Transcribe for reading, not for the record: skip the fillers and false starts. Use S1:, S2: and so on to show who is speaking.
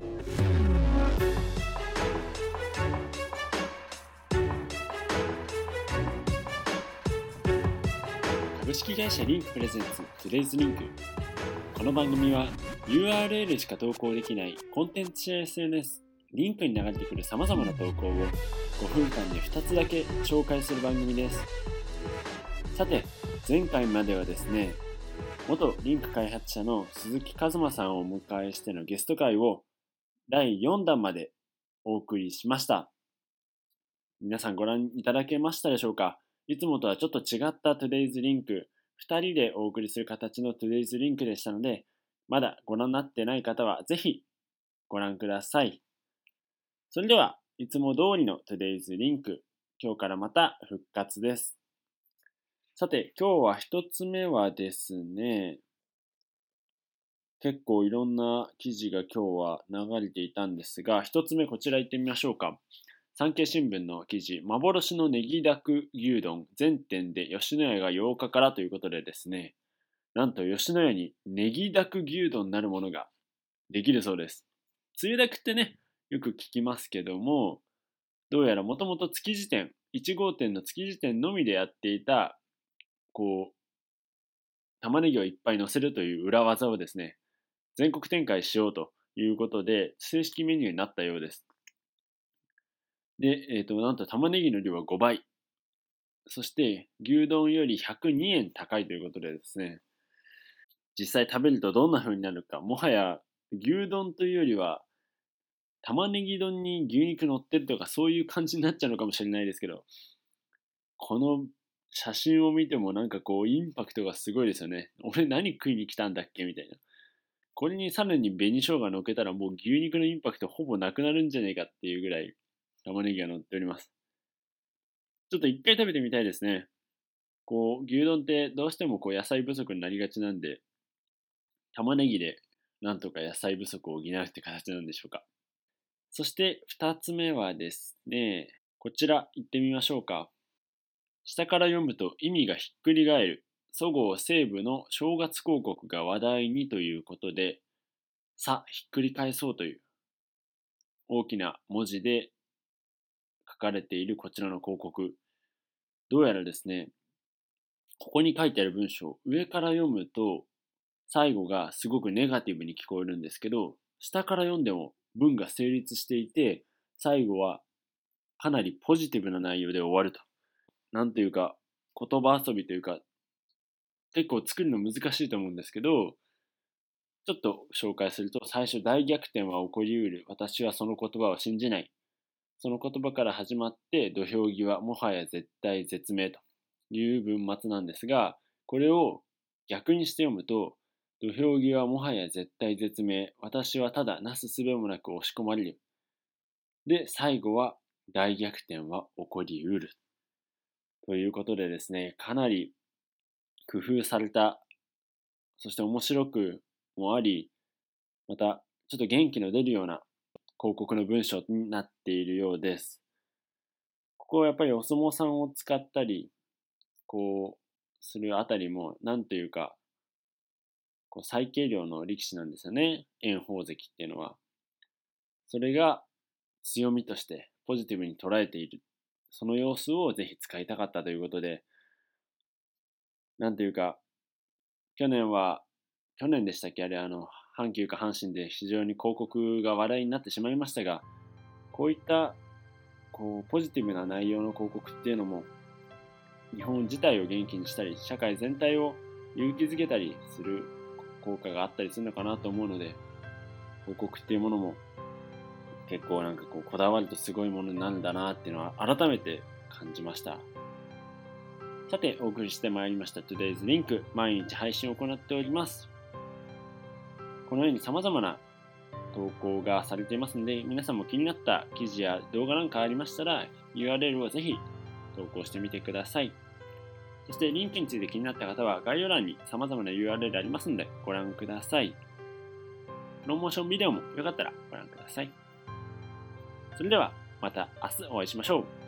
S1: 株式会社リンクプレゼンツ Today's Link。 この番組は URL しか投稿できないコンテンツや SNS、 リンクに流れてくる様々な投稿を5分間で2つだけ紹介する番組です。さて、前回まではですね、元リンク開発者の鈴木一馬さんをお迎えしてのゲスト会を第4弾までお送りしました。皆さんご覧いただけましたでしょうか？いつもとはちょっと違った Today's Link、 2人でお送りする形の Today's Link でしたので、まだご覧になってない方はぜひご覧ください。それではいつも通りの Today's Link、 今日からまた復活です。さて、今日は一つ目はですね、結構いろんな記事が今日は流れていたんですが、一つ目こちら行ってみましょうか。産経新聞の記事、幻のネギダク牛丼全店で吉野家が8日からということでですね、なんと吉野家にネギダク牛丼なるものができるそうです。つゆだくってね、よく聞きますけども、どうやらもともと築地店、1号店の築地店のみでやっていた、玉ねぎをいっぱい乗せるという裏技をですね、全国展開しようということで、正式メニューになったようです。で、なんと玉ねぎの量は5倍。そして、牛丼より102円高いということでですね、実際食べるとどんな風になるか、もはや牛丼というよりは、玉ねぎ丼に牛肉乗ってるとかそういう感じになっちゃうのかもしれないですけど、この写真を見てもインパクトがすごいですよね。俺何食いに来たんだっけみたいな。これにさらに紅生姜乗っけたらもう牛肉のインパクトほぼなくなるんじゃないかっていうぐらい玉ねぎが乗っております。ちょっと一回食べてみたいですね。牛丼ってどうしても野菜不足になりがちなんで、玉ねぎでなんとか野菜不足を補うって形なんでしょうか。そして二つ目はですね、こちら行ってみましょうか。下から読むと意味がひっくり返る。そごう・西武の正月広告が話題にということで、さ、ひっくり返そうという大きな文字で書かれているこちらの広告。どうやらですね、ここに書いてある文章、上から読むと最後がすごくネガティブに聞こえるんですけど、下から読んでも文が成立していて、最後はかなりポジティブな内容で終わると。なんというか、言葉遊びというか、結構作るの難しいと思うんですけど、ちょっと紹介すると、最初大逆転は起こりうる。私はその言葉を信じない。その言葉から始まって土俵際、もはや絶対絶命という文末なんですが、これを逆にして読むと、土俵際もはや絶対絶命。私はただなすすべもなく押し込まれる。で、最後は大逆転は起こりうる。ということでですね、かなり工夫された、そして面白くもあり、またちょっと元気の出るような広告の文章になっているようです。ここはやっぱりお相撲さんを使ったり、するあたりも、なんというか、最軽量の力士なんですよね。炎鵬関っていうのは。それが強みとしてポジティブに捉えている。その様子をぜひ使いたかったということで、なんというか、去年でしたっけ、あれ、阪急か阪神で非常に広告が話題になってしまいましたが、こういったポジティブな内容の広告っていうのも日本自体を元気にしたり、社会全体を勇気づけたりする効果があったりするのかなと思うので、広告っていうものも結構こだわるとすごいものになるんだなっていうのは改めて感じました。さて、お送りしてまいりました Today's Link、 毎日配信を行っております。このように様々な投稿がされていますので、皆さんも気になった記事や動画なんかありましたら URL をぜひ投稿してみてください。そしてリンクについて気になった方は概要欄に様々な URL ありますのでご覧ください。プロモーションビデオもよかったらご覧ください。それではまた明日お会いしましょう。